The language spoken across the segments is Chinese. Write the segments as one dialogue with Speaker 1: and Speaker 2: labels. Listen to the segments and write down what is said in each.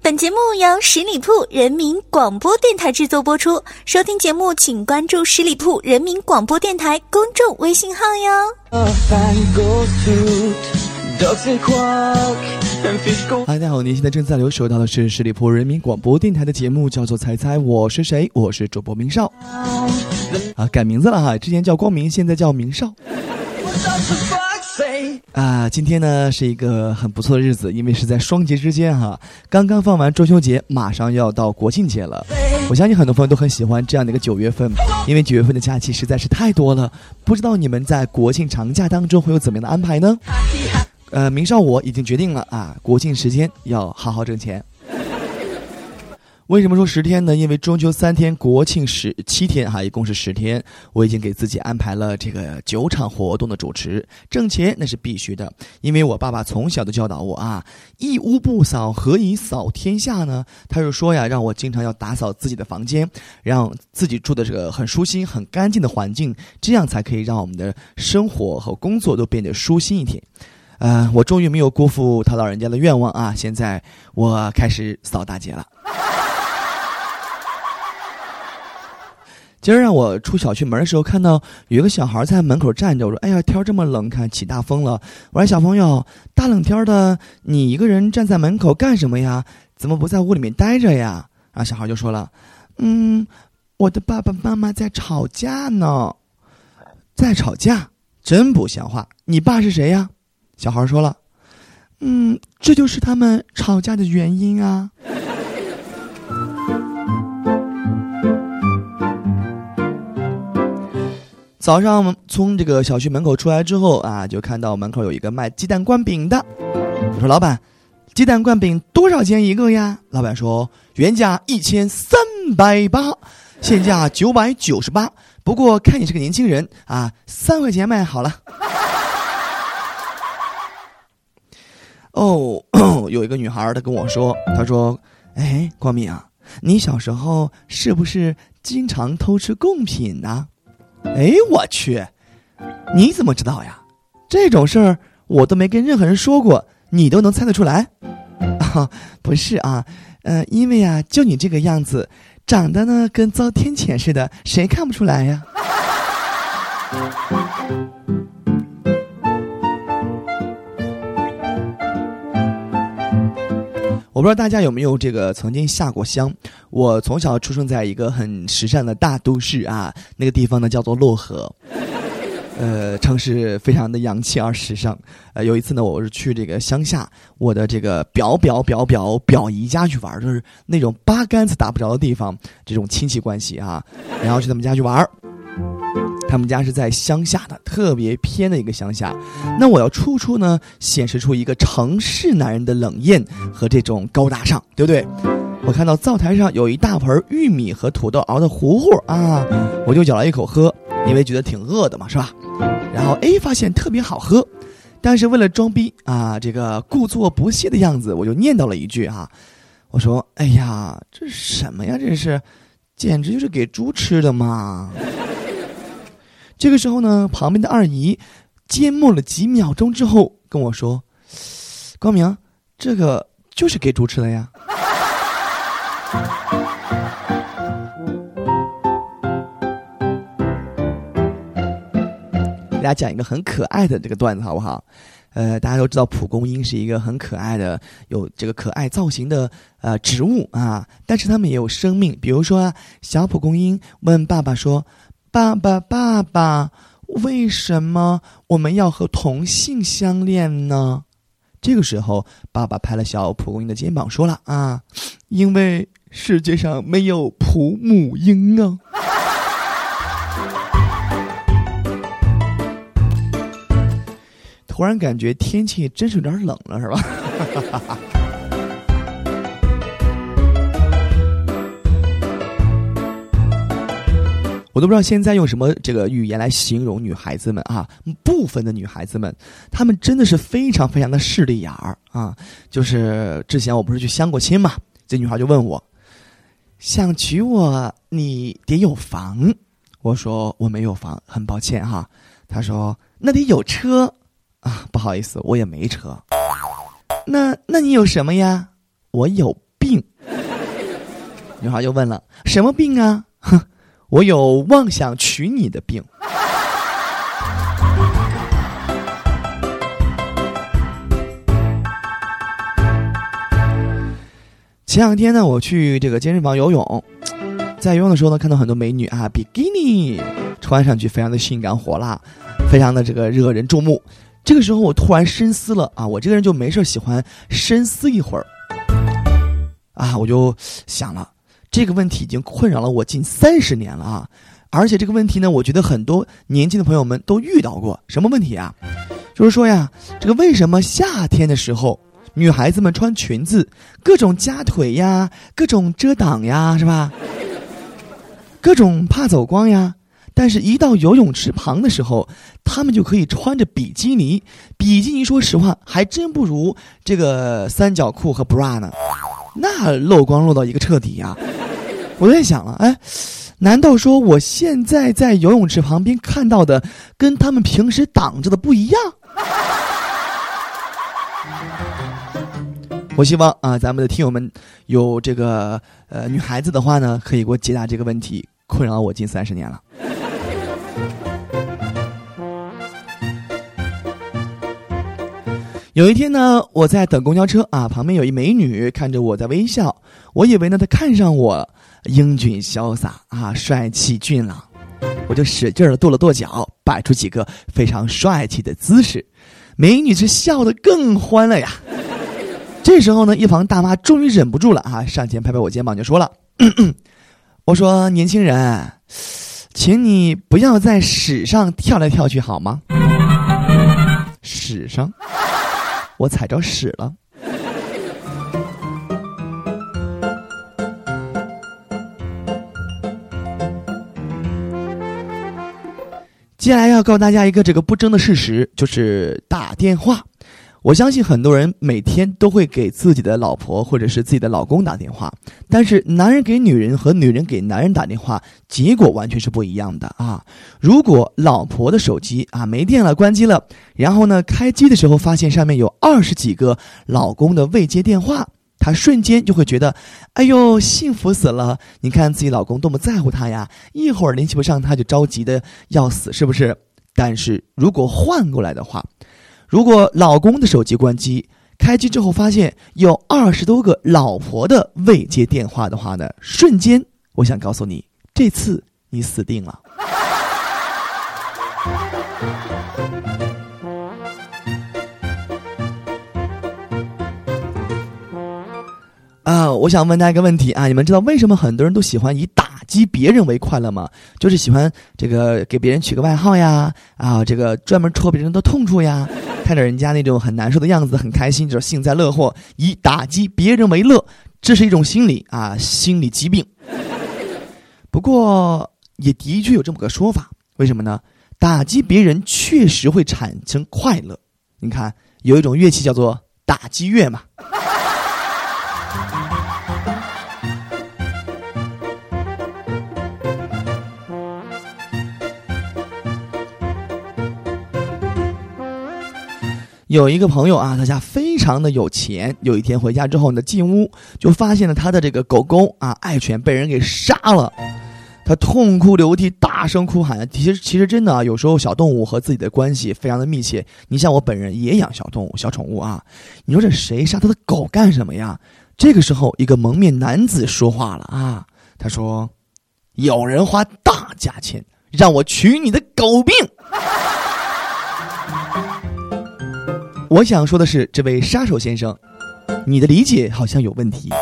Speaker 1: 本节目由十里铺人民广播电台制作播出，收听节目请关注十里铺人民广播电台公众微信号哟。
Speaker 2: 嗨，大家好，您现在正在收到的是十里铺人民广播电台的节目，叫做猜猜我是谁，我是主播明少改名字了哈，之前叫光明，现在叫明少今天呢是一个很不错的日子，因为是在双节之间哈，刚刚放完中秋节，马上要到国庆节了。我相信很多朋友都很喜欢这样的一个9月份，因为9月份的假期实在是太多了，不知道你们在国庆长假当中会有怎么样的安排呢？明少我已经决定了啊，国庆时间要好好挣钱。为什么说10天呢？因为中秋3天，国庆7天一共是10天，我已经给自己安排了这个9场活动的主持，挣钱那是必须的。因为我爸爸从小就教导我啊，一屋不扫，何以扫天下呢？他就说呀，让我经常要打扫自己的房间，让自己住的这个很舒心、很干净的环境，这样才可以让我们的生活和工作都变得舒心一点。我终于没有辜负他老人家的愿望啊！现在我开始扫大街了。今儿让我出小区门的时候，看到有一个小孩在门口站着，我说：“哎呀，天这么冷，看起大风了。”我说：“小朋友，大冷天的，你一个人站在门口干什么呀？怎么不在屋里面待着呀？”然后小孩就说了：“我的爸爸妈妈在吵架呢。”在吵架？真不像话！你爸是谁呀？小孩说了：“这就是他们吵架的原因啊。”早上从这个小区门口出来之后啊，就看到门口有一个卖鸡蛋灌饼的。我说：“老板，鸡蛋灌饼多少钱一个呀？”老板说：“原价1380，现价998。不过看你是个年轻人啊，3块钱卖好了。”有一个女孩她跟我说，她说：“哎，光明啊，你小时候是不是经常偷吃贡品呢？”哎，我去，你怎么知道呀？这种事儿我都没跟任何人说过，你都能猜得出来？不是啊，因为啊，就你这个样子，长得呢跟遭天谴似的，谁看不出来呀？我不知道大家有没有这个曾经下过乡。我从小出生在一个很时尚的大都市啊，那个地方呢叫做漯河，城市非常的洋气而时尚。有一次呢，我是去这个乡下，我的这个表姨家去玩，就是那种八竿子打不着的地方，这种亲戚关系啊，然后去他们家去玩。他们家是在乡下的，特别偏的一个乡下。那我要处处呢显示出一个城市男人的冷艳和这种高大上，对不对？我看到灶台上有一大盆玉米和土豆熬的糊糊啊，我就舀了一口喝，因为觉得挺饿的嘛，是吧？然后发现特别好喝，但是为了装逼啊，这个故作不屑的样子，我就念叨了一句啊，我说：“哎呀，这是什么呀？这是，简直就是给猪吃的嘛！”这个时候呢，旁边的二姨缄默了几秒钟之后跟我说：“光明，这个就是给猪吃的呀。”给大家讲一个很可爱的这个段子好不好？大家都知道蒲公英是一个很可爱的、有这个可爱造型的植物啊，但是它们也有生命。比如说啊，小蒲公英问爸爸说：“爸爸，为什么我们要和同性相恋呢？”这个时候，爸爸拍了小蒲公英的肩膀，说了啊：“因为世界上没有蒲母英啊。”突然感觉天气真是有点冷了，是吧？我都不知道现在用什么这个语言来形容女孩子们啊，部分的女孩子们，她们真的是非常非常的势利眼儿啊。就是之前我不是去相过亲嘛，这女孩就问我，想娶我你得有房。我说我没有房，很抱歉哈。她说那得有车啊，不好意思，我也没车。那你有什么呀？我有病。女孩就问了，什么病啊？哼，我有妄想娶你的病。前两天呢，我去这个健身房游泳，在游泳的时候呢，看到很多美女啊，比基尼穿上去非常的性感火辣，非常的这个惹人注目。这个时候我突然深思了啊，我这个人就没事喜欢深思一会儿啊，我就想了，这个问题已经困扰了我近30年了啊，而且这个问题呢，我觉得很多年轻的朋友们都遇到过。什么问题啊？就是说呀，这个为什么夏天的时候女孩子们穿裙子，各种夹腿呀，各种遮挡呀，是吧？各种怕走光呀。但是一到游泳池旁的时候，她们就可以穿着比基尼。比基尼说实话还真不如这个三角裤和 bra 呢，那漏光漏到一个彻底呀。我在想了，哎，难道说我现在在游泳池旁边看到的跟他们平时挡着的不一样？我希望啊，咱们的听友们有这个女孩子的话呢，可以给我解答这个问题，困扰我近30年了。有一天呢，我在等公交车啊，旁边有一美女看着我在微笑，我以为呢她看上我英俊潇洒啊，帅气俊朗，我就使劲的跺了跺脚，摆出几个非常帅气的姿势，美女是笑得更欢了呀。这时候呢，一旁大妈终于忍不住了啊，上前拍拍我肩膀就说了，我说年轻人，请你不要在屎上跳来跳去好吗？屎上？我踩着屎了。接下来要告诉大家一个这个不争的事实，就是打电话。我相信很多人每天都会给自己的老婆或者是自己的老公打电话，但是男人给女人和女人给男人打电话，结果完全是不一样的啊！如果老婆的手机啊没电了，关机了，然后呢开机的时候发现上面有20几个老公的未接电话，她瞬间就会觉得，哎呦，幸福死了！你看自己老公多么在乎她呀，一会儿联系不上她就着急的要死，是不是？但是如果换过来的话，如果老公的手机关机，开机之后发现有20多个老婆的未接电话的话呢，瞬间我想告诉你，这次你死定了。我想问大家一个问题啊，你们知道为什么很多人都喜欢以打击别人为快乐吗？就是喜欢这个给别人取个外号呀，啊，这个专门戳别人的痛处呀，看着人家那种很难受的样子很开心，就是幸灾乐祸，以打击别人为乐，这是一种心理啊，心理疾病。不过也的确有这么个说法，为什么呢？打击别人确实会产生快乐。你看有一种乐器叫做打击乐嘛。有一个朋友啊，他家非常的有钱，有一天回家之后呢，进屋就发现了他的这个狗狗啊，爱犬被人给杀了。他痛哭流涕，大声哭喊。其实真的啊，有时候小动物和自己的关系非常的密切。你像我本人也养小动物、小宠物啊，你说这谁杀他的狗干什么呀？这个时候，一个蒙面男子说话了啊，他说：“有人花大价钱让我取你的狗病。”我想说的是，这位杀手先生，你的理解好像有问题。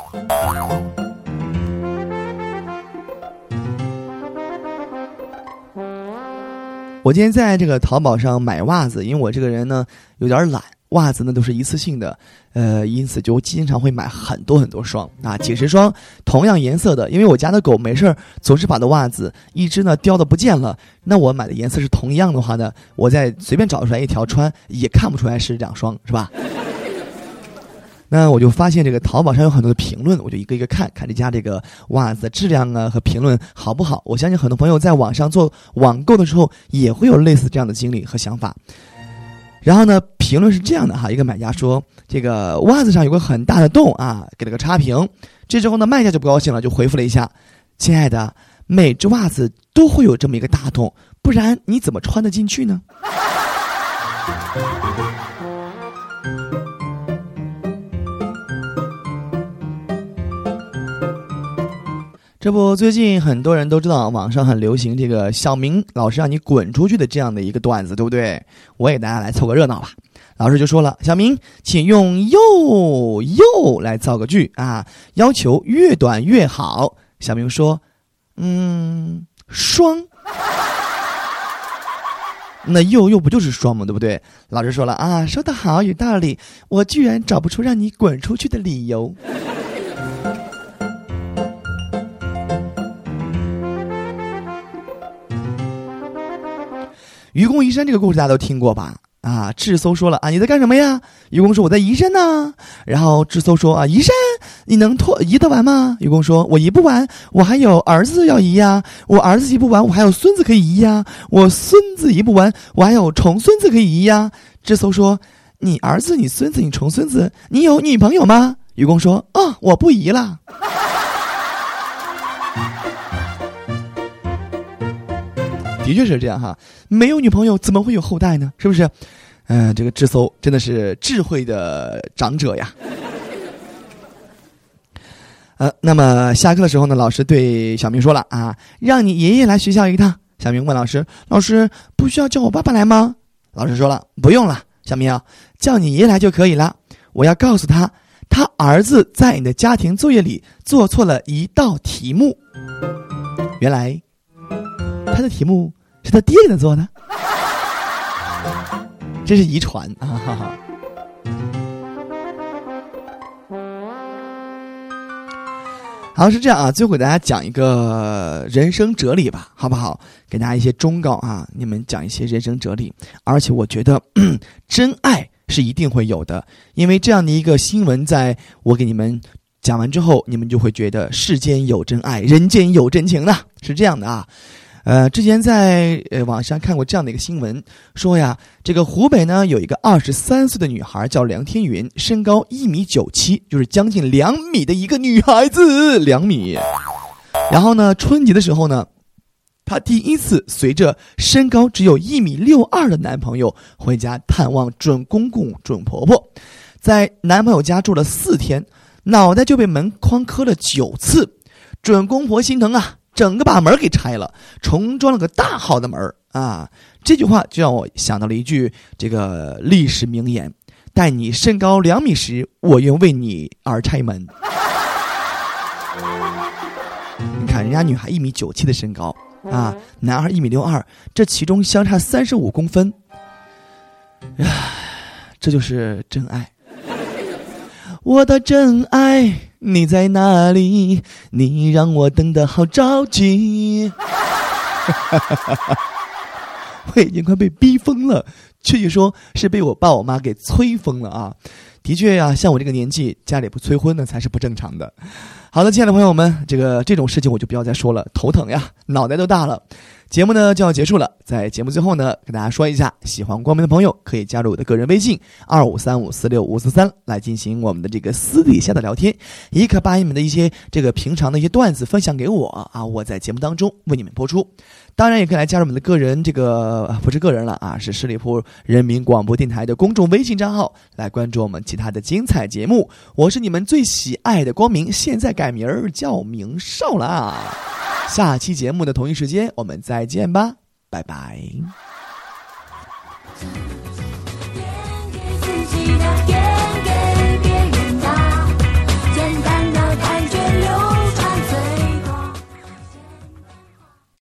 Speaker 2: 我今天在这个淘宝上买袜子，因为我这个人呢有点懒，袜子呢都是一次性的，因此就经常会买很多很多双啊，几十双同样颜色的，因为我家的狗没事总是把的袜子一只呢叼的不见了，那我买的颜色是同样的话呢，我再随便找出来一条穿也看不出来是2双，是吧？那我就发现这个淘宝上有很多的评论，我就一个一个看这家这个袜子的质量啊和评论好不好。我相信很多朋友在网上做网购的时候也会有类似这样的经历和想法。 然后呢，评论是这样的哈，一个买家说这个袜子上有个很大的洞啊，给了个差评。这之后呢，卖家就不高兴了，就回复了一下：亲爱的，每只袜子都会有这么一个大洞，不然你怎么穿得进去呢？这不，最近很多人都知道网上很流行这个小明老师让你滚出去的这样的一个段子，对不对？我也给大家来凑个热闹吧。老师就说了，小明请用又来造个句啊，要求越短越好。小明说双。那又不就是双吗？对不对？老师说了啊，说得好，有道理，我居然找不出让你滚出去的理由。愚公移山这个故事大家都听过吧？啊，智搜说了啊，你在干什么呀？愚公说我在移山呢。然后智搜说啊，移山你能移得完吗？愚公说我移不完，我还有儿子要移呀，我儿子移不完，我还有孙子可以移呀，我孙子移不完，我还有重孙子可以移呀。智搜说你儿子你孙子你重孙子你有女朋友吗？愚公说啊，我不移了。的确是这样哈，没有女朋友怎么会有后代呢？是不是？这个智搜真的是智慧的长者呀。那么下课的时候呢，老师对小明说了啊，让你爷爷来学校一趟。小明问老师，老师不需要叫我爸爸来吗？老师说了，不用了，小明啊，叫你爷爷来就可以了。我要告诉他，他儿子在你的家庭作业里做错了一道题目。原来他的题目是他爹给他做的，这是遗传啊！好，是这样啊。最后给大家讲一个人生哲理吧，好不好？给大家一些忠告啊，你们讲一些人生哲理。而且我觉得真爱是一定会有的，因为这样的一个新闻，在我给你们讲完之后，你们就会觉得世间有真爱，人间有真情的，是这样的啊。之前在网上看过这样的一个新闻，说呀，这个湖北呢有一个23岁的女孩叫梁天云，身高1.97米，就是将近2米的一个女孩子，2米。然后呢，春节的时候呢，她第一次随着身高只有1.62米的男朋友回家探望准公公准婆婆，在男朋友家住了4天，脑袋就被门框磕了9次，准公婆心疼啊，整个把门给拆了，重装了个大号的门啊！这句话就让我想到了一句这个历史名言：待你身高2米时，我愿为你而拆门。你看人家女孩1.97米的身高啊，男孩1.62米，这其中相差35公分，这就是真爱。我的真爱你在哪里？你让我等得好着急。我已经快被逼疯了，确切说是被我爸我妈给催疯了啊！的确呀，像我这个年纪，家里不催婚呢才是不正常的。好的，亲爱的朋友们，这种事情我就不要再说了，头疼呀，脑袋都大了。节目呢就要结束了，在节目最后呢，跟大家说一下，喜欢光明的朋友可以加入我的个人微信2535465543来进行我们的这个私底下的聊天，也可把你们的一些这个平常的一些段子分享给我啊，我在节目当中为你们播出。当然也可以来加入我们的个人不是个人了啊，是十里铺人民广播电台的公众微信账号，来关注我们其他的精彩节目。我是你们最喜爱的光明，现在改名叫明少了啊。下期节目的同一时间我们再见吧，拜拜。